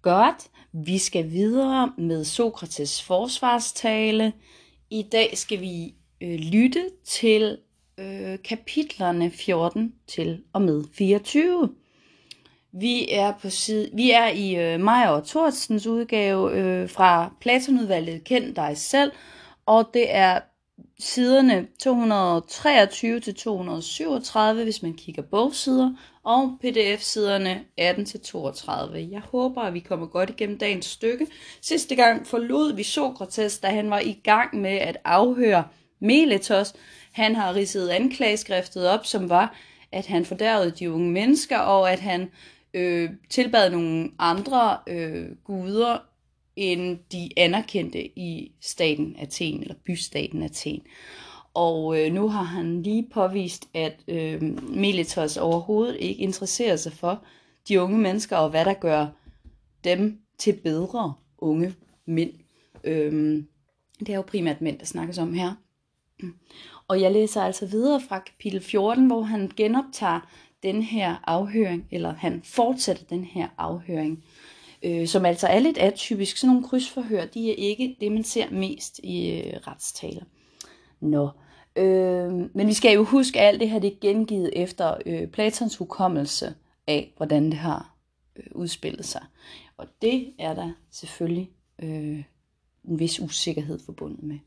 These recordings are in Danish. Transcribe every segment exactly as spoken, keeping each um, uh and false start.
Godt, vi skal videre med Sokrates forsvarstale. I dag skal vi øh, lytte til øh, kapitlerne fjorten til og med fireogtyve. Vi er på side, vi er i øh, Meyer og Thordsens udgave øh, fra Platonudvalget Kend dig selv, og det er siderne to hundrede treogtyve til to hundrede syvogtredive, hvis man kigger bogsider, og pdf-siderne atten til toogtredive. Jeg håber, at vi kommer godt igennem dagens stykke. Sidste gang forlod vi Sokrates, da han var i gang med at afhøre Meletos. Han har ridset anklageskriftet op, som var, at han fordærvede de unge mennesker, og at han øh, tilbad nogle andre øh, guder, end de anerkendte i staten Athen, eller bystaten Athen. Og øh, nu har han lige påvist, at øh, Meletos overhovedet ikke interesserer sig for de unge mennesker, og hvad der gør dem til bedre unge mænd. Øh, det er jo primært mænd, der snakkes om her. Og jeg læser altså videre fra kapitel fjorten, hvor han genoptager den her afhøring, eller han fortsætter den her afhøring, øh, som altså er lidt atypisk. Sådan nogle krydsforhør, de er ikke det, man ser mest i øh, retstaler. Nå, øh, men vi skal jo huske, at alt det her det er gengivet efter øh, Platons hukommelse af, hvordan det har øh, udspillet sig. Og det er der selvfølgelig øh, en vis usikkerhed forbundet med.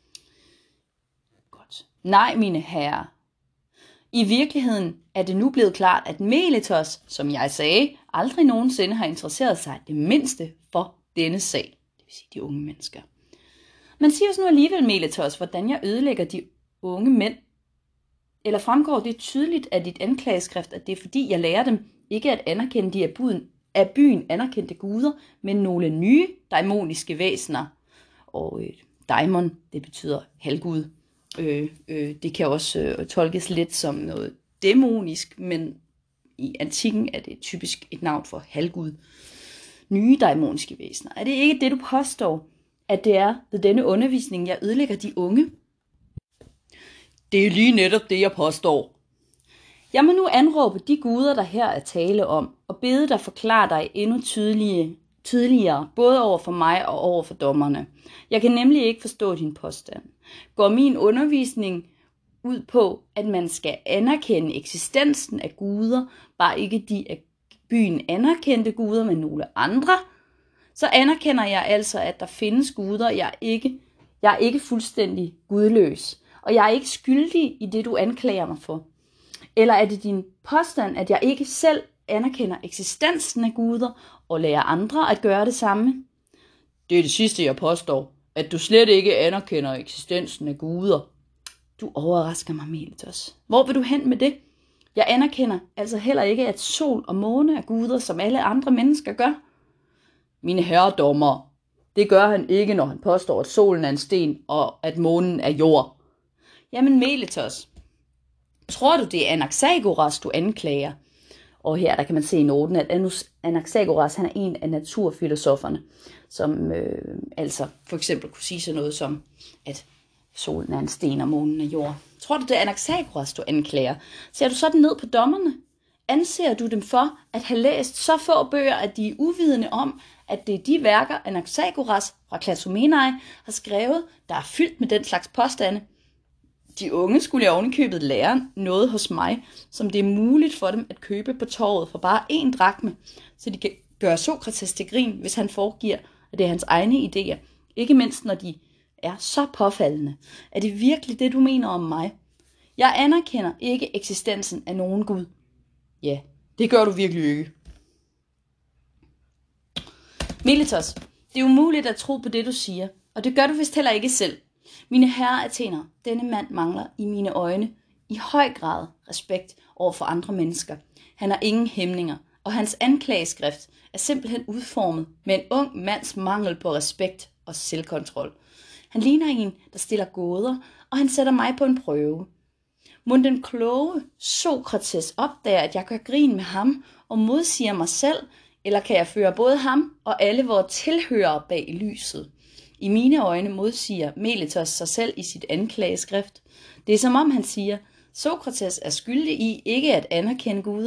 Godt. Nej, mine herrer. I virkeligheden er det nu blevet klart, at Meletos, som jeg sagde, aldrig nogensinde har interesseret sig det mindste for denne sag, det vil sige de unge mennesker. Man siger så nu alligevel, Meletos, hvordan jeg ødelægger de unge mænd. Eller fremgår det tydeligt af dit anklageskrift, at det er fordi, jeg lærer dem ikke at anerkende de af byen, af byen anerkendte guder, men nogle nye daimoniske væsener. Og øh, daimon, det betyder halvgud. Øh, øh, det kan også øh, tolkes lidt som noget dæmonisk, men i antikken er det typisk et navn for halvgud. Nye daimoniske væsener. Er det ikke det, du påstår, at det er ved denne undervisning, jeg ødelægger de unge? Det er lige netop det, jeg påstår. Jeg må nu anråbe de guder, der her er tale om, og bede dig forklare dig endnu tydelige, tydeligere, både over for mig og over for dommerne. Jeg kan nemlig ikke forstå din påstand. Går min undervisning ud på, at man skal anerkende eksistensen af guder, bare ikke de af byen anerkendte guder, men nogle andre, så anerkender jeg altså, at der findes guder. Jeg er ikke, jeg er ikke fuldstændig gudløs, og jeg er ikke skyldig i det, du anklager mig for. Eller er det din påstand, at jeg ikke selv anerkender eksistensen af guder, og lærer andre at gøre det samme? Det er det sidste, jeg påstår, at du slet ikke anerkender eksistensen af guder. Du overrasker mig, Meletos. Hvor vil du hen med det? Jeg anerkender altså heller ikke, at sol og måne er guder, som alle andre mennesker gør. Mine herredommer, det gør han ikke, når han påstår, at solen er en sten, og at månen er jord. Jamen Meletos, tror du, det er Anaxagoras, du anklager? Og her der kan man se i noten, at Anaxagoras han er en af naturfilosoferne, som øh, altså for eksempel kunne sige sådan noget som, at solen er en sten, og månen er jord. Tror du, det er Anaxagoras, du anklager? Ser du sådan ned på dommerne? Anser du dem for at have læst så få bøger, at de er uvidende om, at det er de værker, Anaxagoras fra Klazomenai har skrevet, der er fyldt med den slags påstande? De unge skulle jeg ovenikøbet lære noget hos mig, som det er muligt for dem at købe på torvet for bare én drakme, så de kan gøre Sokrates til grin, hvis han foregiver, at det er hans egne idéer. Ikke mindst når de er så påfaldende. Er det virkelig det, du mener om mig? Jeg anerkender ikke eksistensen af nogen gud. Ja, det gør du virkelig ikke. Meletos, det er umuligt at tro på det, du siger, og det gør du vist heller ikke selv. Mine herrer Athener, denne mand mangler i mine øjne i høj grad respekt over for andre mennesker. Han har ingen hæmninger, og hans anklageskrift er simpelthen udformet med en ung mands mangel på respekt og selvkontrol. Han ligner en, der stiller gåder, og han sætter mig på en prøve. Må den kloge Sokrates opdager, at jeg gør grin med ham og modsiger mig selv, eller kan jeg føre både ham og alle vores tilhørere bag lyset? I mine øjne modsiger Meletos sig selv i sit anklageskrift. Det er som om han siger, Sokrates er skyldig i ikke at anerkende guderne,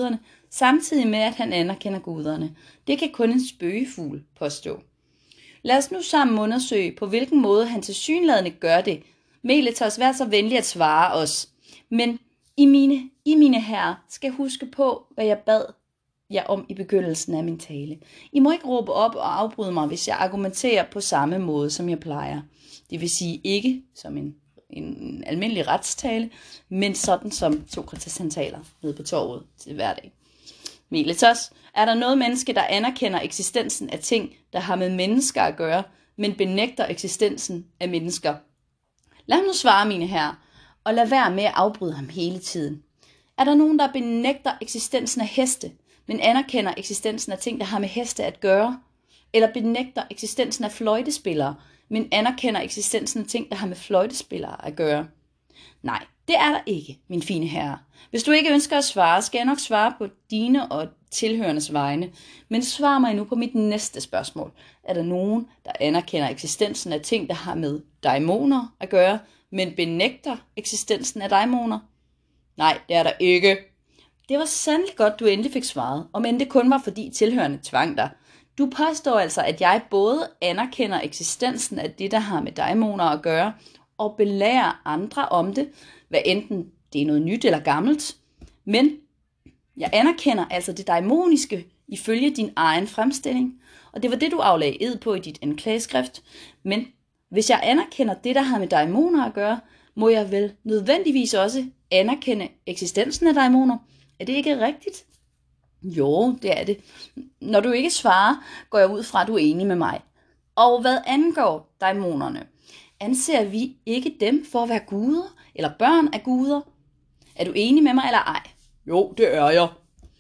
samtidig med at han anerkender guderne. Det kan kun en spøgefugl påstå. Lad os nu sammen undersøge, på hvilken måde han tilsyneladende gør det. Meletos, vær så venlig at svare os. Men I mine, I mine herrer skal huske på, hvad jeg bad jer om i begyndelsen af min tale. I må ikke råbe op og afbryde mig, hvis jeg argumenterer på samme måde, som jeg plejer. Det vil sige ikke som en, en almindelig retstale, men sådan som Sokrates han taler nede på torvet til hverdag. Meletos, er der noget menneske, der anerkender eksistensen af ting, der har med mennesker at gøre, men benægter eksistensen af mennesker? Lad ham nu svare, mine herrer, og lad være med at afbryde ham hele tiden. Er der nogen, der benægter eksistensen af heste, men anerkender eksistensen af ting, der har med heste at gøre? Eller benægter eksistensen af fløjtespillere, men anerkender eksistensen af ting, der har med fløjtespillere at gøre? Nej, det er der ikke, min fine herre. Hvis du ikke ønsker at svare, skal jeg nok svare på dine og tilhørendes vegne. Men svar mig nu på mit næste spørgsmål. Er der nogen, der anerkender eksistensen af ting, der har med dæmoner at gøre, men benægter eksistensen af dæmoner? Nej, det er der ikke. Det var sandelig godt, du endelig fik svaret, om end det kun var fordi tilhørende tvang dig. Du påstår altså, at jeg både anerkender eksistensen af det, der har med dæmoner at gøre, og belærer andre om det, hvad enten det er noget nyt eller gammelt. Men jeg anerkender altså det dæmoniske ifølge din egen fremstilling, og det var det, du aflagde ed på i dit anklageskrift. Men hvis jeg anerkender det, der har med dæmoner at gøre, må jeg vel nødvendigvis også anerkende eksistensen af dæmoner. Er det ikke rigtigt? Jo, det er det. Når du ikke svarer, går jeg ud fra, at du er enig med mig. Og hvad angår dæmonerne, anser vi ikke dem for at være guder, eller børn af guder? Er du enig med mig, eller ej? Jo, det er jeg.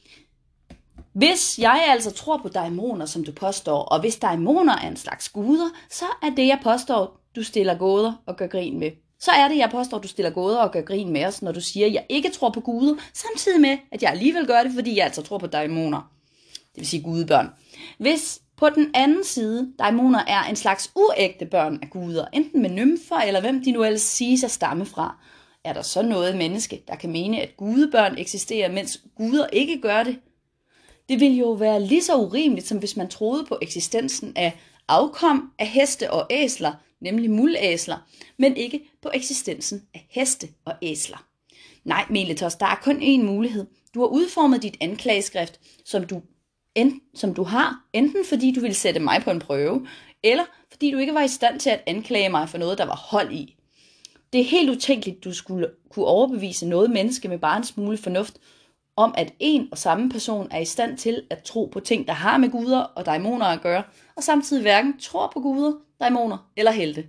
Hvis jeg altså tror på dæmoner, som du påstår, og hvis dæmoner er en slags guder, så er det, jeg påstår, du stiller gåder og gør grin med. Så er det, jeg påstår, du stiller gåder og gør grin med os, når du siger, at jeg ikke tror på guder, samtidig med, at jeg alligevel gør det, fordi jeg altså tror på dæmoner. Det vil sige gudebørn. Hvis på den anden side, dæmoner er en slags uægte børn af guder, enten med nymfer eller hvem de nu ellers siges at stamme fra, er der så noget menneske, der kan mene, at gudebørn eksisterer, mens guder ikke gør det? Det ville jo være lige så urimeligt, som hvis man troede på eksistensen af afkom af heste og æsler, nemlig muldæsler, men ikke på eksistensen af heste og æsler. Nej, Meletos, der er kun én mulighed. Du har udformet dit anklageskrift, som du, en, som du har, enten fordi du ville sætte mig på en prøve, eller fordi du ikke var i stand til at anklage mig for noget, der var hold i. Det er helt utænkeligt, du skulle kunne overbevise noget menneske med bare en smule fornuft, om at en og samme person er i stand til at tro på ting, der har med guder og dæmoner at gøre, og samtidig hverken tror på guder, dæmoner eller helte.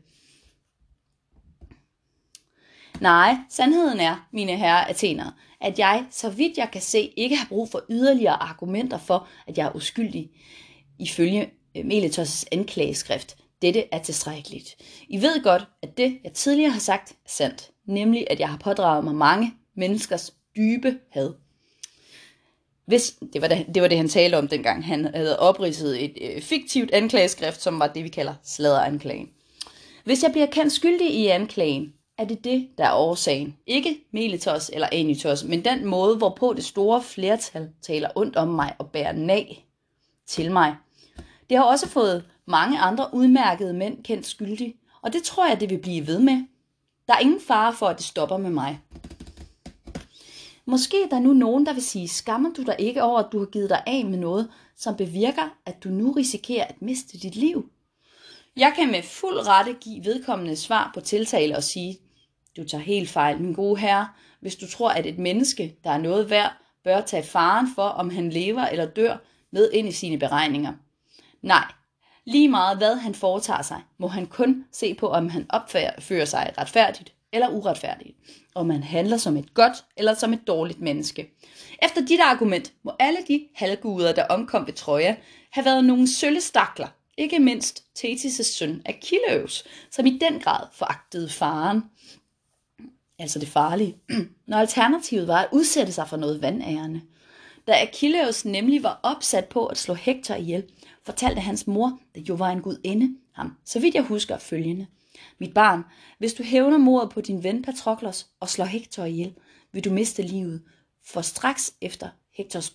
Nej, sandheden er, mine herrer athenere, at jeg, så vidt jeg kan se, ikke har brug for yderligere argumenter for, at jeg er uskyldig, ifølge Meletos' anklageskrift. Dette er tilstrækkeligt. I ved godt, at det, jeg tidligere har sagt, er sandt, nemlig at jeg har pådraget mig mange menneskers dybe had. Hvis, det, var det, det var det, han talte om dengang. Han havde opridset et øh, fiktivt anklageskrift, som var det, vi kalder sladderanklagen. Hvis jeg bliver kendt skyldig i anklagen, er det det, der er årsagen. Ikke Meletos eller Anytos, men den måde, hvorpå det store flertal taler ondt om mig og bærer nag til mig. Det har også fået mange andre udmærkede mænd kendt skyldige, og det tror jeg, det vil blive ved med. Der er ingen fare for, at det stopper med mig. Måske er der nu nogen, der vil sige, skammer du dig ikke over, at du har givet dig af med noget, som bevirker, at du nu risikerer at miste dit liv? Jeg kan med fuld rette give vedkommende svar på tiltale og sige, du tager helt fejl, min gode herre, hvis du tror, at et menneske, der er noget værd, bør tage faren for, om han lever eller dør, med ind i sine beregninger. Nej, lige meget hvad han foretager sig, må han kun se på, om han opfører sig retfærdigt eller uretfærdigt, om han handler som et godt eller som et dårligt menneske. Efter dit argument må alle de halvguder, der omkom ved Troja, have været nogle sølle stakler, ikke mindst Thetis' søn Achilleus, som i den grad foragtede faren, altså det farlige, når alternativet var at udsætte sig for noget vandærende. Da Achilleus nemlig var opsat på at slå Hektor ihjel, fortalte hans mor, der jo var en gudinde, ham, så vidt jeg husker, følgende. Mit barn, hvis du hævner mordet på din ven Patroklos og slår Hektor ihjel, vil du miste livet, for straks efter Hektors død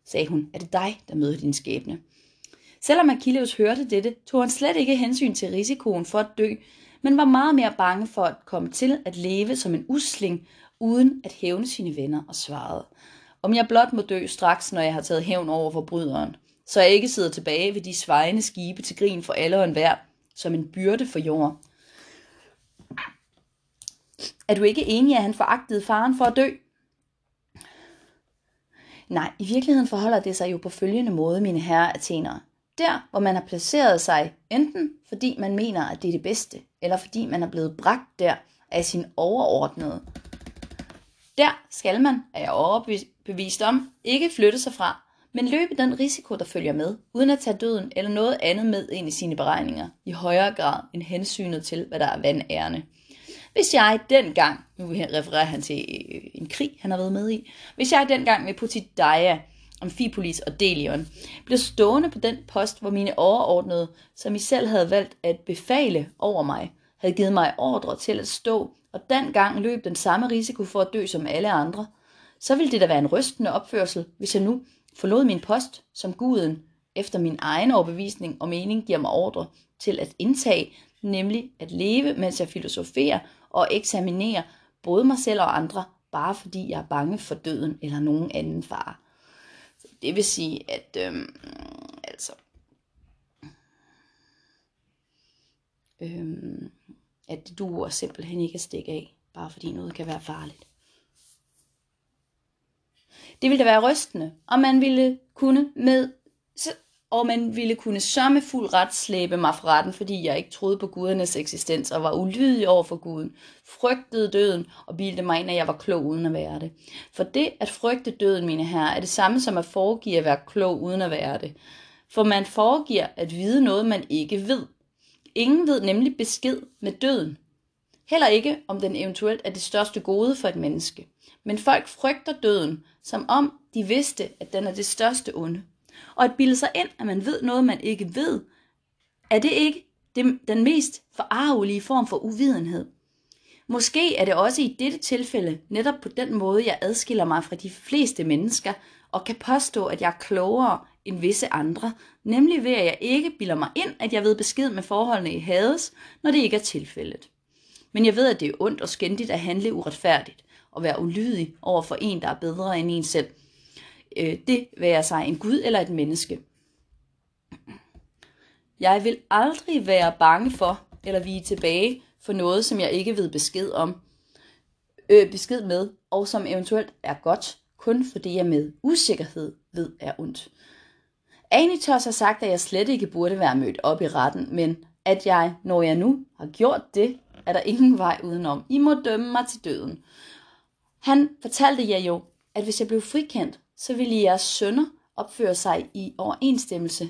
sagde hun, er det dig, der møder din skæbne. Selvom Achilleus hørte dette, tog han slet ikke hensyn til risikoen for at dø, men var meget mere bange for at komme til at leve som en usling, uden at hævne sine venner, og svarede: om jeg blot må dø straks, når jeg har taget hævn over forbryderen, så jeg ikke sidder tilbage ved de svejende skibe til grin for alle og enhver, som en byrde for jord. Er du ikke enig, at han foragtede faren for at dø? Nej, i virkeligheden forholder det sig jo på følgende måde, mine herrer athenere. Der, hvor man har placeret sig, enten fordi man mener, at det er det bedste, eller fordi man er blevet bragt der af sin overordnede, der skal man, er jeg overbevist om, ikke flytte sig fra, men løbe den risiko, der følger med, uden at tage døden eller noget andet med ind i sine beregninger, i højere grad end hensynet til, hvad der er vandærende. Hvis jeg dengang, nu refererer han til en krig, han har været med i, hvis jeg dengang med Potidaia, Amphipolis og Delion, blev stående på den post, hvor mine overordnede, som I selv havde valgt at befale over mig, havde givet mig ordre til at stå, og dengang løb den samme risiko for at dø som alle andre, så ville det da være en rystende opførsel, hvis jeg nu forlod min post, som guden efter min egen overbevisning og mening giver mig ordre til at indtage, nemlig at leve, mens jeg filosoferer og eksaminerer både mig selv og andre, bare fordi jeg er bange for døden eller nogen anden fare. Så det vil sige, at øhm, altså, øhm, at det duer simpelthen ikke at stikke af, bare fordi noget kan være farligt. Det ville da være rystende, og man ville kunne med og man ville kunne sørme fuld ret slæbe mig fra retten, fordi jeg ikke troede på gudernes eksistens og var ulydig over for guden, frygtede døden og bildte mig ind, at jeg var klog uden at være det. For det at frygte døden, mine herrer, er det samme som at foregive at være klog uden at være det. For man foregiver at vide noget, man ikke ved. Ingen ved nemlig besked med døden. Heller ikke, om den eventuelt er det største gode for et menneske. Men folk frygter døden, som om de vidste, at den er det største onde. Og at bilde sig ind, at man ved noget, man ikke ved, er det ikke den mest forarvelige form for uvidenhed. Måske er det også i dette tilfælde netop på den måde, jeg adskiller mig fra de fleste mennesker, og kan påstå, at jeg er klogere end visse andre, nemlig ved at jeg ikke bilder mig ind, at jeg ved besked med forholdene i Hades, når det ikke er tilfældet. Men jeg ved, at det er ondt og skændigt at handle uretfærdigt, og være ulydig over for en, der er bedre end en selv. Det være sig en gud eller et menneske. Jeg vil aldrig være bange for eller vige tilbage for noget, som jeg ikke ved besked om, øh, besked med, og som eventuelt er godt, kun fordi jeg med usikkerhed ved er ondt. Anytos har sagt, at jeg slet ikke burde være mødt op i retten, men at jeg, når jeg nu har gjort det, er der ingen vej udenom. I må dømme mig til døden. Han fortalte jer jo, at hvis jeg blev frikendt, så ville jeres sønner opføre sig i overensstemmelse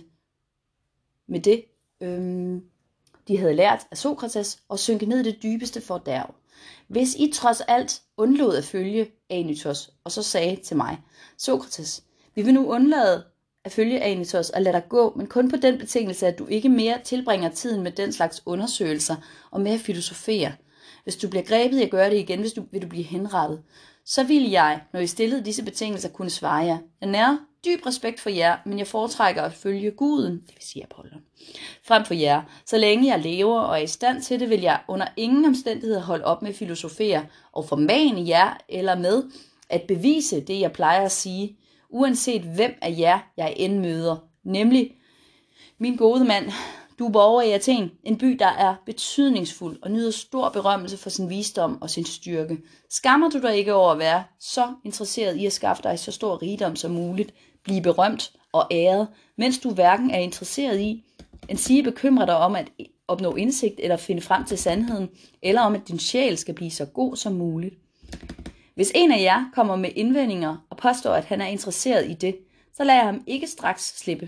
med det, øhm, de havde lært af Sokrates, og synke ned i det dybeste fordærv. Hvis I trods alt undlod at følge Anytos, og så sagde til mig, Sokrates, vi vil nu undlade at følge Anytos og lade dig gå, men kun på den betingelse, at du ikke mere tilbringer tiden med den slags undersøgelser og med at filosofere. Hvis du bliver grebet i at gøre det igen, hvis du, vil du blive henrettet. Så ville jeg, når I stillede disse betingelser, kunne svare jer. Jeg nærer dyb respekt for jer, men jeg foretrækker at følge guden, det vil sige Apollon, frem for jer. Så længe jeg lever og er i stand til det, vil jeg under ingen omstændighed holde op med at filosofere og formane jer eller med at bevise det, jeg plejer at sige, uanset hvem af jer jeg end møder. Nemlig, min gode mand, du er borger i Athen, en by, der er betydningsfuld og nyder stor berømmelse for sin visdom og sin styrke. Skammer du dig ikke over at være så interesseret i at skaffe dig så stor rigdom som muligt, blive berømt og æret, mens du hverken er interesseret i, end sige bekymrer dig om at opnå indsigt eller finde frem til sandheden, eller om at din sjæl skal blive så god som muligt. Hvis en af jer kommer med indvendinger og påstår, at han er interesseret i det, så lader jeg ham ikke straks slippe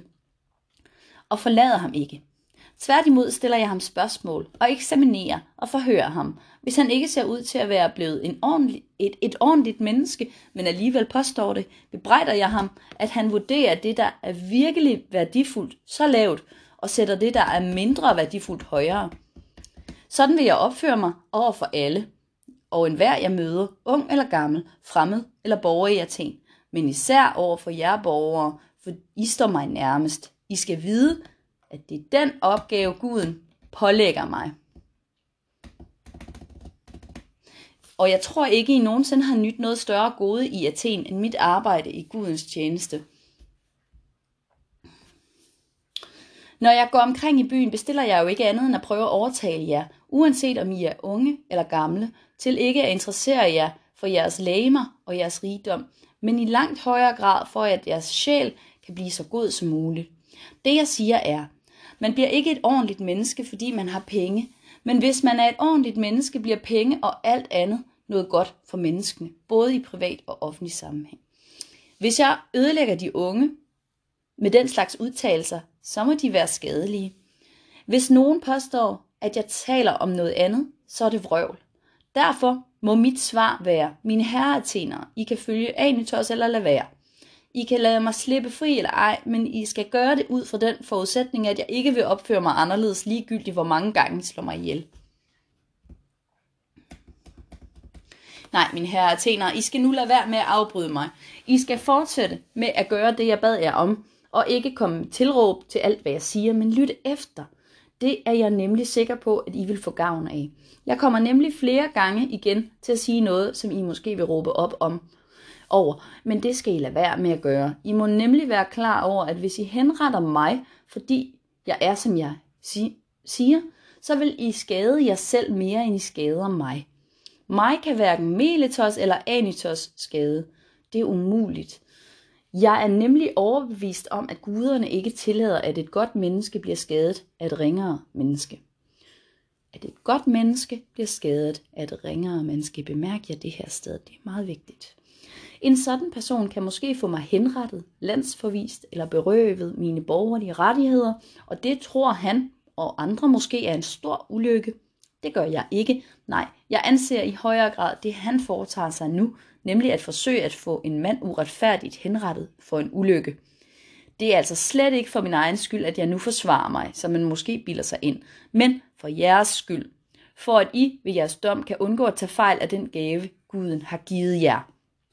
og forlader ham ikke. Tværtimod stiller jeg ham spørgsmål og eksaminerer og forhører ham. Hvis han ikke ser ud til at være blevet en ordentlig, et, et ordentligt menneske, men alligevel påstår det, bebrejder jeg ham, at han vurderer det, der er virkelig værdifuldt, så lavt, og sætter det, der er mindre værdifuldt, højere. Sådan vil jeg opføre mig over for alle, og enhver jeg møder, ung eller gammel, fremmed eller borger i Athen. men især over for jer borgere, for I står mig nærmest. I skal vide, at det er den opgave, Guden pålægger mig. Og jeg tror ikke, I nogensinde har nydt noget større gode i Athen end mit arbejde i Gudens tjeneste. Når jeg går omkring i byen, bestiller jeg jo ikke andet end at prøve at overtale jer, uanset om I er unge eller gamle, til ikke at interessere jer for jeres legemer og jeres rigdom, men i langt højere grad for, at jeres sjæl kan blive så god som muligt. Det jeg siger er, man bliver ikke et ordentligt menneske, fordi man har penge, men hvis man er et ordentligt menneske, bliver penge og alt andet noget godt for menneskene, både i privat og offentlig sammenhæng. Hvis jeg ødelægger de unge med den slags udtalelser, så må de være skadelige. Hvis nogen påstår, at jeg taler om noget andet, så er det vrøvl. Derfor må mit svar være, mine herrer athenere, I kan følge Anytos eller lade være. I kan lade mig slippe fri eller ej, men I skal gøre det ud fra den forudsætning, at jeg ikke vil opføre mig anderledes ligegyldigt, hvor mange gange I slår mig ihjel. Nej, mine herrer athenere, I skal nu lade være med at afbryde mig. I skal fortsætte med at gøre det, jeg bad jer om, og ikke komme med tilråb til alt, hvad jeg siger, men lytte efter. Det er jeg nemlig sikker på, at I vil få gavn af. Jeg kommer nemlig flere gange igen til at sige noget, som I måske vil råbe op om over, men det skal I lade være med at gøre. I må nemlig være klar over, at hvis I henretter mig, fordi jeg er, som jeg siger, så vil I skade jer selv mere, end I skader mig. Mig kan hverken Meletos eller Anytos skade. Det er umuligt. Jeg er nemlig overbevist om, at guderne ikke tillader, at et godt menneske bliver skadet af et ringere menneske. At et godt menneske bliver skadet af et ringere menneske. Bemærk jer det her sted, det er meget vigtigt. En sådan person kan måske få mig henrettet, landsforvist eller berøvet mine borgerlige rettigheder, og det tror han og andre måske er en stor ulykke. Det gør jeg ikke. Nej, jeg anser i højere grad det, han foretager sig nu, nemlig at forsøge at få en mand uretfærdigt henrettet for en ulykke. Det er altså slet ikke for min egen skyld, at jeg nu forsvarer mig, som man måske bilder sig ind, men for jeres skyld, for at I ved jeres dom kan undgå at tage fejl af den gave, Guden har givet jer.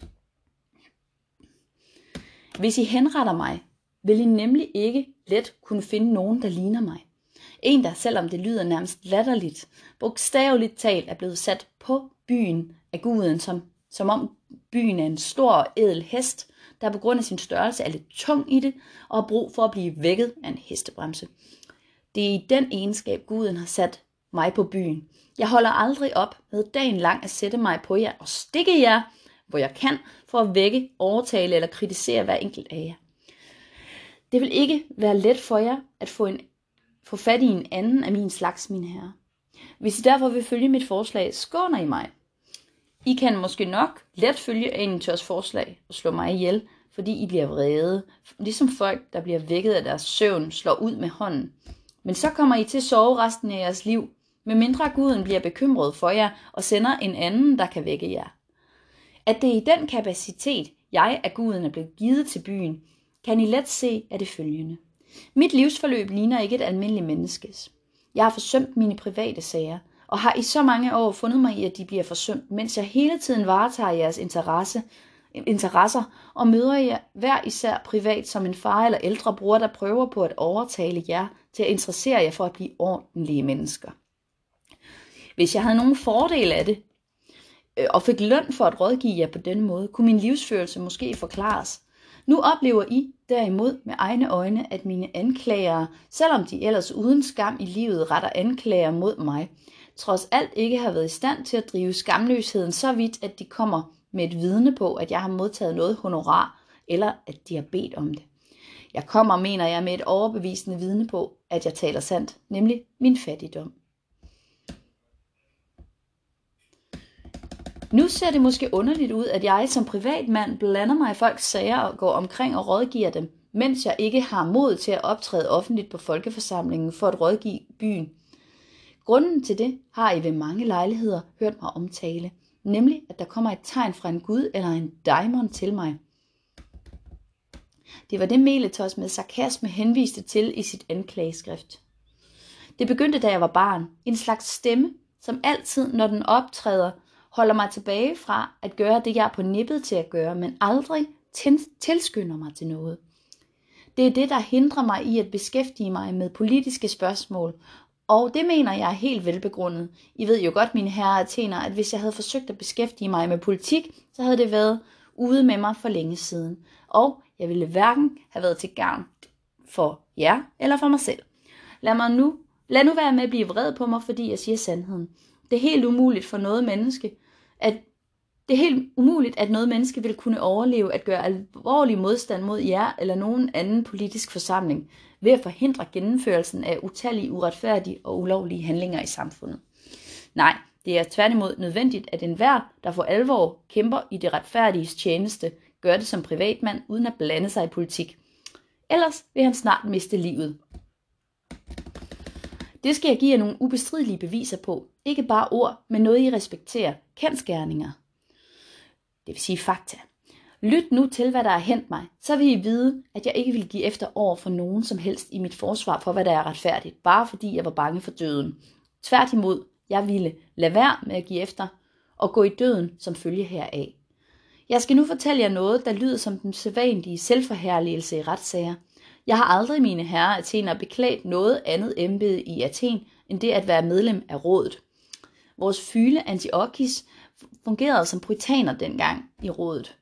Hvis I henretter mig, vil I nemlig ikke let kunne finde nogen, der ligner mig. En, der selvom det lyder nærmest latterligt, bogstaveligt talt er blevet sat på byen af Guden, som, som om byen er en stor og ædel hest, der på grund af sin størrelse er lidt tung i det, og har brug for at blive vækket af en hestebremse. Det er i den egenskab, Guden har sat mig på byen. Jeg holder aldrig op med dagen lang at sætte mig på jer og stikke jer, hvor jeg kan, for at vække, overtale eller kritisere hver enkelt af jer. Det vil ikke være let for jer at få, en, få fat i en anden af min slags, mine herrer. Hvis I derfor vil følge mit forslag, skåner I mig. I kan måske nok let følge Anytos forslag og slå mig ihjel, fordi I bliver vrede, ligesom folk, der bliver vækket af deres søvn, slår ud med hånden. Men så kommer I til at sove resten af jeres liv, medmindre Guden bliver bekymret for jer og sender en anden, der kan vække jer. At det er i den kapacitet, jeg af Guden er blevet givet til byen, kan I let se af det følgende. Mit livsforløb ligner ikke et almindeligt menneskes. Jeg har forsømt mine private sager, og har i så mange år fundet mig i, at de bliver forsømt, mens jeg hele tiden varetager jeres interesse, interesser og møder jer hver især privat som en far eller ældre bror, der prøver på at overtale jer til at interessere jer for at blive ordentlige mennesker. Hvis jeg havde nogen fordel af det, og fik løn for at rådgive jer på denne måde, kunne min livsførelse måske forklares. Nu oplever I derimod med egne øjne, at mine anklagere, selvom de ellers uden skam i livet retter anklager mod mig, trods alt ikke har været i stand til at drive skamløsheden så vidt, at de kommer med et vidne på, at jeg har modtaget noget honorar, eller at de har bedt om det. Jeg kommer, mener jeg, med et overbevisende vidne på, at jeg taler sandt, nemlig min fattigdom. Nu ser det måske underligt ud, at jeg som privatmand blander mig i folks sager og går omkring og rådgiver dem, mens jeg ikke har mod til at optræde offentligt på folkeforsamlingen for at rådgive byen. Grunden til det har I ved mange lejligheder hørt mig omtale, nemlig at der kommer et tegn fra en gud eller en daimon til mig. Det var det Meletos med sarkasme henviste til i sit anklageskrift. Det begyndte, da jeg var barn, en slags stemme, som altid, når den optræder, holder mig tilbage fra at gøre det, jeg er på nippet til at gøre, men aldrig tilskynder mig til noget. Det er det, der hindrer mig i at beskæftige mig med politiske spørgsmål, og det mener jeg er helt velbegrundet. I ved jo godt, mine herrer athener, at hvis jeg havde forsøgt at beskæftige mig med politik, så havde det været ude med mig for længe siden. Og jeg ville hverken have været til gavn for jer eller for mig selv. Lad mig nu, lad nu være med at blive vred på mig, fordi jeg siger sandheden. Det er helt umuligt for noget menneske, at det er helt umuligt, at noget menneske vil kunne overleve at gøre alvorlig modstand mod jer eller nogen anden politisk forsamling ved at forhindre gennemførelsen af utallige uretfærdige og ulovlige handlinger i samfundet. Nej, det er tværtimod nødvendigt, at enhver, der for alvor kæmper i det retfærdiges tjeneste, gør det som privatmand uden at blande sig i politik. Ellers vil han snart miste livet. Det skal jeg give jer nogle ubestridelige beviser på. Ikke bare ord, men noget I respekterer. Kendsgerninger. Det vil sige fakta. Lyt nu til, hvad der er hent mig, så vil I vide, at jeg ikke vil give efter over for nogen som helst i mit forsvar for, hvad der er retfærdigt, bare fordi jeg var bange for døden. Tværtimod, jeg ville lade være med at give efter og gå i døden som følge heraf. Jeg skal nu fortælle jer noget, der lyder som den sædvanlige selvforherligelse i retssager. Jeg har aldrig, mine herrer athener, beklædt noget andet embede i Athen, end det at være medlem af rådet. Vores fyle Antiochis fungerede som puritaner dengang i rådet.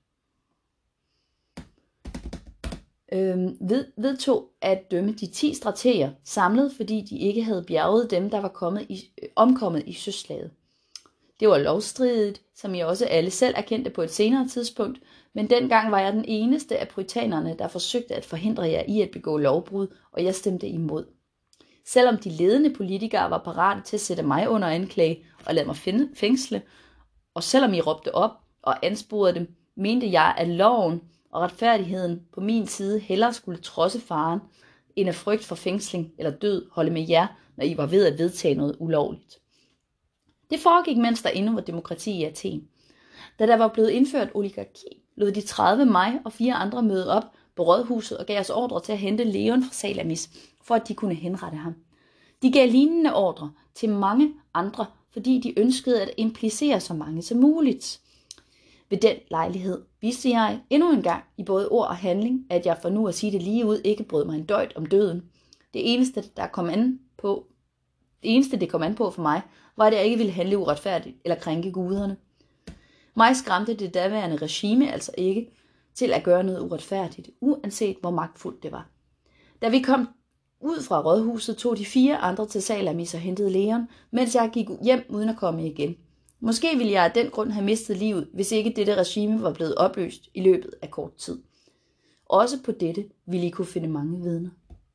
Øhm, ved, vedtog at dømme de ti strateger, samlet fordi de ikke havde bjerget dem, der var kommet i, øh, omkommet i søslaget. Det var lovstridigt, som I også alle selv erkendte på et senere tidspunkt, men dengang var jeg den eneste af puritanerne, der forsøgte at forhindre jer i at begå lovbrud, og jeg stemte imod. Selvom de ledende politikere var parate til at sætte mig under anklage og lade mig fængsle, og selvom I råbte op og ansporede dem, mente jeg, at loven og retfærdigheden på min side hellere skulle trodse faren, end af frygt for fængsling eller død holde med jer, når I var ved at vedtage noget ulovligt. Det foregik, mens der endnu var demokrati i Athen. Da der var blevet indført oligarki, lod de tredive mig og fire andre møde op på rådhuset og gav os ordre til at hente Leon fra Salamis, for at de kunne henrette ham. De gav lignende ordre til mange andre, fordi de ønskede at implicere så mange som muligt. Ved den lejlighed viste jeg endnu en gang i både ord og handling, at jeg for nu at sige det lige ud ikke brød mig en døjt om døden. Det eneste, der kom an på, det eneste, det kom an på for mig, var, at jeg ikke ville handle uretfærdigt eller krænke guderne. Mig skræmte det daværende regime altså ikke til at gøre noget uretfærdigt, uanset hvor magtfuldt det var. Da vi kom ud fra rådhuset, tog de fire andre til Salamis og hentede Leon, mens jeg gik hjem uden at komme igen. Måske ville jeg af den grund have mistet livet, hvis ikke dette regime var blevet opløst i løbet af kort tid. Også på dette ville I kunne finde mange vidner.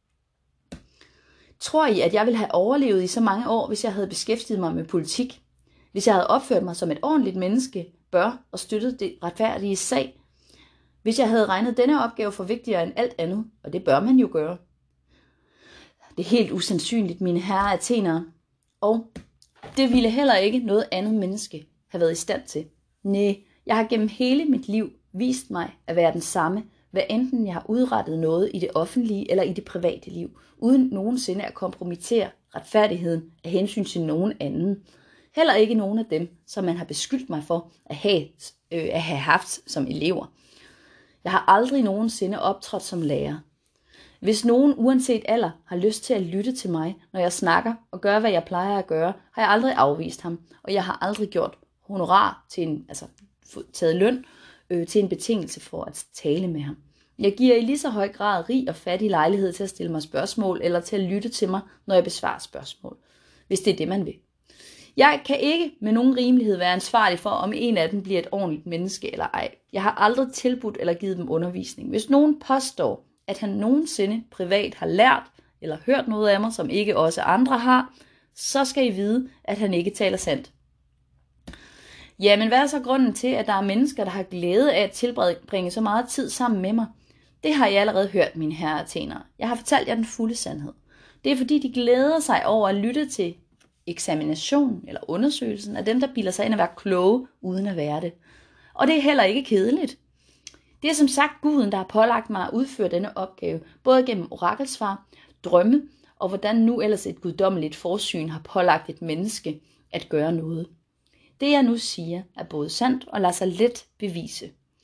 Tror I, at jeg ville have overlevet i så mange år, hvis jeg havde beskæftiget mig med politik? Hvis jeg havde opført mig som et ordentligt menneske, bør og støttet det retfærdige sag? Hvis jeg havde regnet denne opgave for vigtigere end alt andet, og det bør man jo gøre. Det er helt usandsynligt, mine herrer athenere, og det ville heller ikke noget andet menneske have været i stand til. Næh, jeg har gennem hele mit liv vist mig at være den samme, hvad enten jeg har udrettet noget i det offentlige eller i det private liv, uden nogensinde at kompromittere retfærdigheden af hensyn til nogen anden. Heller ikke nogen af dem, som man har beskyldt mig for at have, øh, at have haft som elever. Jeg har aldrig nogensinde optrådt som lærer. Hvis nogen uanset alder har lyst til at lytte til mig, når jeg snakker og gør, hvad jeg plejer at gøre, har jeg aldrig afvist ham, og jeg har aldrig gjort honorar til en, altså taget løn øh, til en betingelse for at tale med ham. Jeg giver i lige så høj grad rig og fattig lejlighed til at stille mig spørgsmål eller til at lytte til mig, når jeg besvarer spørgsmål, hvis det er det, man vil. Jeg kan ikke med nogen rimelighed være ansvarlig for, om en af dem bliver et ordentligt menneske eller ej. Jeg har aldrig tilbudt eller givet dem undervisning. Hvis nogen påstår, at han nogensinde privat har lært eller hørt noget af mig, som ikke også andre har, så skal I vide, at han ikke taler sandt. Jamen, hvad er så grunden til, at der er mennesker, der har glæde af at tilbringe så meget tid sammen med mig? Det har I allerede hørt, mine herrer athenere. Jeg har fortalt jer den fulde sandhed. Det er fordi, de glæder sig over at lytte til eksaminationen eller undersøgelsen af dem, der bilder sig ind at være kloge, uden at være det. Og det er heller ikke kedeligt. Det er som sagt Guden, der har pålagt mig at udføre denne opgave, både gennem orakelsvar, drømme og hvordan nu ellers et guddommeligt forsyn har pålagt et menneske at gøre noget. Det jeg nu siger er både sandt og lader sig let bevise.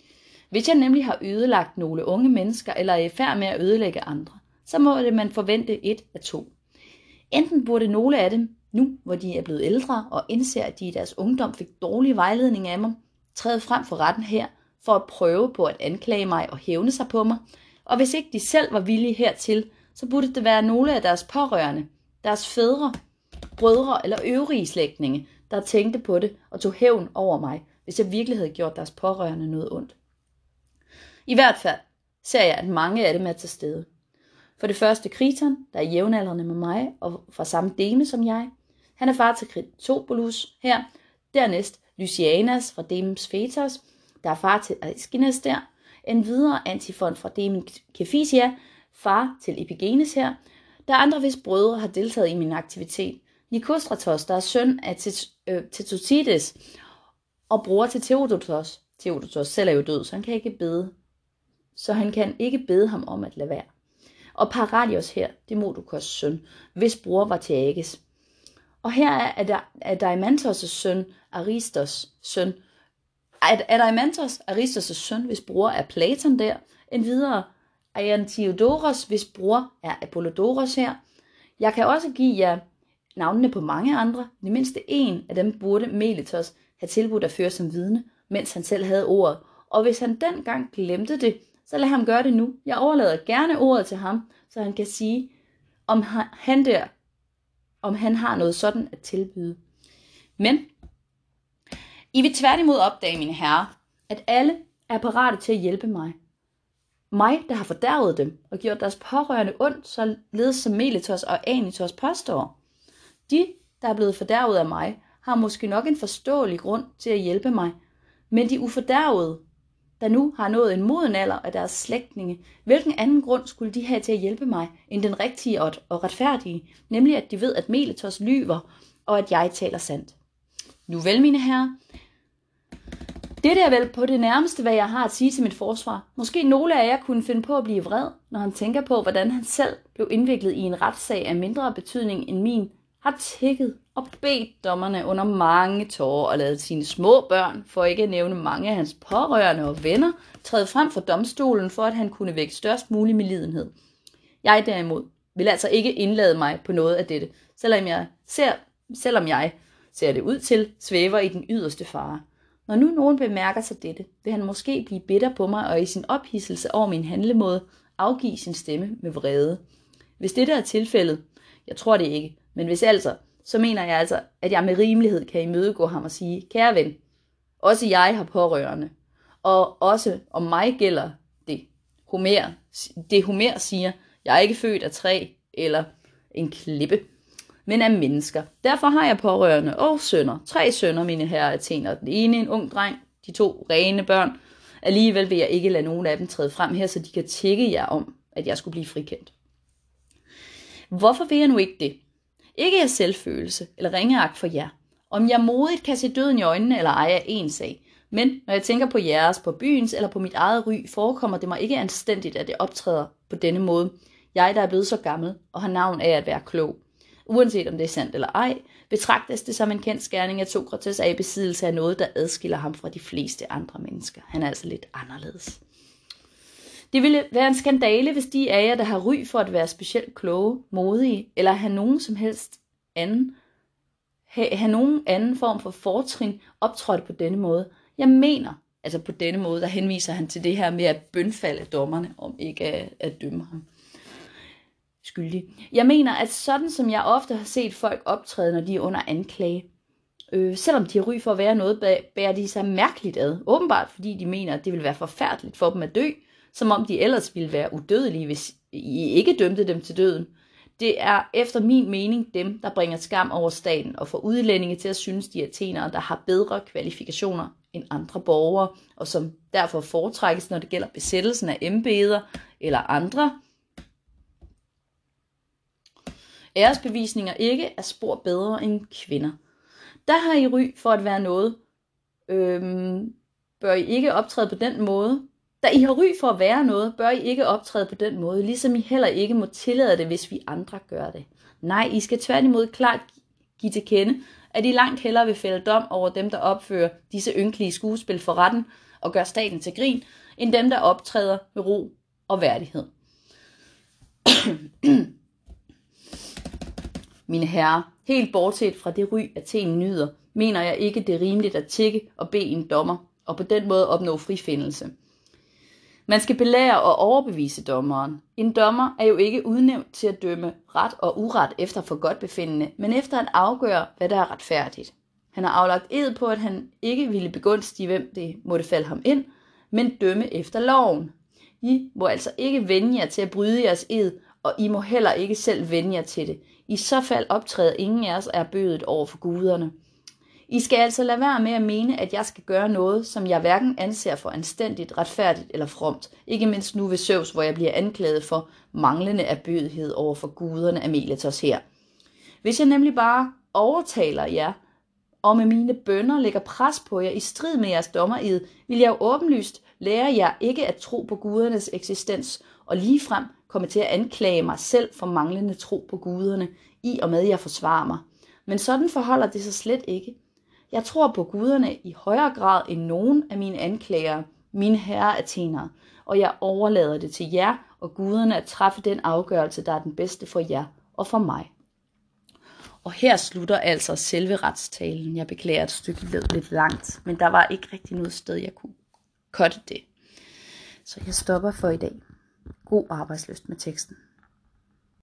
Hvis jeg nemlig har ødelagt nogle unge mennesker, eller er i færd med at ødelægge andre, så må det man forvente et af to. Enten burde nogle af dem, nu hvor de er blevet ældre og indser, at de i deres ungdom fik dårlig vejledning af mig, træde frem for retten her, for at prøve på at anklage mig og hævne sig på mig, og hvis ikke de selv var villige hertil, så burde det være nogle af deres pårørende, deres fædre, brødre eller øvrige slægtninge, der tænkte på det og tog hævn over mig, hvis jeg virkelig havde gjort deres pårørende noget ondt. I hvert fald ser jeg, at mange af dem er til stede. For det første Kriton, der er jævnaldrende med mig og fra samme deme som jeg. Han er far til Kritobolus her. Dernæst Lysianas fra Demes Phaetos, der er far til Aeschines der. Endvidere Antifon fra Demen Kefisia, far til Epigenes her. Der er andre, hvis brødre har deltaget i min aktivitet. Nikostratos, der er søn af Tetotides og bror til Theodotos. Theodotos selv er jo død, så han kan ikke bede. Så han kan ikke bede ham om at lade være. Og Paralios her, Demodokos' søn, hvis bror var Theages. Og her er Adeimantos' søn, Aristos' søn. Adeimantos, Aristos' søn, hvis bror er Platon der. Endvidere Aiantiodoros, hvis bror er Apollodoros her. Jeg kan også give jer navnene på mange andre. Det mindste en af dem burde Meletos have tilbudt at føre som vidne, mens han selv havde ordet. Og hvis han dengang glemte det, så lad ham gøre det nu. Jeg overlader gerne ordet til ham, så han kan sige, om han der, om han har noget sådan at tilbyde. Men I vil tværtimod opdage, mine herrer, at alle er parate til at hjælpe mig. Mig, der har fordærvet dem og gjort deres pårørende ondt, således som Meletos og Anitos påstår. De, der er blevet fordærvet af mig, har måske nok en forståelig grund til at hjælpe mig, men de ufordærvede, der nu har nået en moden alder af deres slægtninge, hvilken anden grund skulle de have til at hjælpe mig, end den rigtige og retfærdige, nemlig at de ved, at Meletos lyver, og at jeg taler sandt. Nu vel, mine herrer, det er vel på det nærmeste, hvad jeg har at sige til mit forsvar. Måske nogle af jer kunne finde på at blive vred, når han tænker på, hvordan han selv blev indviklet i en retssag af mindre betydning end min, har tækket og bedt dommerne under mange tårer og ladet sine små børn, for ikke at nævne mange af hans pårørende og venner, træde frem for domstolen, for at han kunne vække størst mulig medlidenhed. Jeg derimod vil altså ikke indlade mig på noget af dette, selvom jeg ser, selvom jeg ser det ud til, svæver i den yderste fare. Når nu nogen bemærker sig dette, vil han måske blive bitter på mig og i sin ophidselse over min handlemåde afgive sin stemme med vrede. Hvis dette er tilfældet, jeg tror det ikke, men hvis altså, så mener jeg altså, at jeg med rimelighed kan imødegå ham og sige, kære ven, også jeg har pårørende, og også om mig gælder det. Homer, det Homer siger, jeg er ikke født af træ eller en klippe, men af mennesker. Derfor har jeg pårørende og sønner, tre sønner, mine herrer Athener. Den ene en ung dreng, de to rene børn. Alligevel vil jeg ikke lade nogen af dem træde frem her, så de kan tække jer om, at jeg skulle blive frikendt. Hvorfor vil jeg nu ikke det? Ikke af selvfølelse eller ringeagt for jer. Om jeg modigt kan se døden i øjnene eller ej er en sag. Men når jeg tænker på jeres, på byens eller på mit eget ry, forekommer det mig ikke anstændigt, at det optræder på denne måde. Jeg, der er blevet så gammel og har navn af at være klog. Uanset om det er sandt eller ej, betragtes det som en kendsgerning, at Sokrates er i besiddelse af noget, der adskiller ham fra de fleste andre mennesker. Han er altså lidt anderledes. Det ville være en skandale, hvis de af jer, der har ry for at være specielt kloge, modige, eller have nogen som helst anden, have, have nogen anden form for fortrin optrådt på denne måde. Jeg mener, altså på denne måde, der henviser han til det her med at bønfalde dommerne, om ikke at, at dømme ham skyldig. Jeg mener, at sådan som jeg ofte har set folk optræde, når de er under anklage, øh, selvom de har ry for at være noget, bærer de sig mærkeligt ad. Åbenbart fordi de mener, at det vil være forfærdeligt for dem at dø, som om de ellers ville være udødelige, hvis I ikke dømte dem til døden. Det er efter min mening dem, der bringer skam over staten og får udlændinge til at synes, de athenere, der har bedre kvalifikationer end andre borgere, og som derfor foretrækkes, når det gælder besættelsen af embeder eller andre æresbevisninger, ikke er spor bedre end kvinder. Der har I ry for at være noget. Øhm, bør I ikke optræde på den måde? Da I har ry for at være noget, bør I ikke optræde på den måde, ligesom I heller ikke må tillade det, hvis vi andre gør det. Nej, I skal tværtimod klart give til kende, at I langt hellere vil fælde dom over dem, der opfører disse ynkelige skuespil for retten og gør staten til grin, end dem, der optræder med ro og værdighed. Mine herrer, helt bortset fra det ry, Athen nyder, mener jeg ikke, det er rimeligt at tigge og bede en dommer, og på den måde opnå frifindelse. Man skal belære og overbevise dommeren. En dommer er jo ikke udnævnt til at dømme ret og uret efter forgodtbefindende, men efter at afgøre, hvad der er retfærdigt. Han har aflagt ed på, at han ikke ville begunstige, hvem det måtte falde ham ind, men dømme efter loven. I må altså ikke vende jer til at bryde jeres ed, og I må heller ikke selv vende jer til det. I så fald optræder ingen af os er bødet over for guderne. I skal altså lade være med at mene, at jeg skal gøre noget, som jeg hverken anser for anstændigt, retfærdigt eller fromt. Ikke mindst nu ved Zeus, hvor jeg bliver anklaget for manglende erbødighed over for guderne af Meletos her. Hvis jeg nemlig bare overtaler jer, og med mine bønner lægger pres på jer i strid med jeres dommered, vil jeg jo åbenlyst lære jer ikke at tro på gudernes eksistens, og ligefrem komme til at anklage mig selv for manglende tro på guderne, i og med at jeg forsvarer mig. Men sådan forholder det sig slet ikke. Jeg tror på guderne i højere grad end nogen af mine anklagere, mine herrer athenere, og jeg overlader det til jer og guderne at træffe den afgørelse, der er den bedste for jer og for mig. Og her slutter altså selve retstalen. Jeg beklager, at et stykke lød lidt langt, men der var ikke rigtig noget sted, jeg kunne cutte det. Så jeg stopper for i dag. God arbejdslyst med teksten.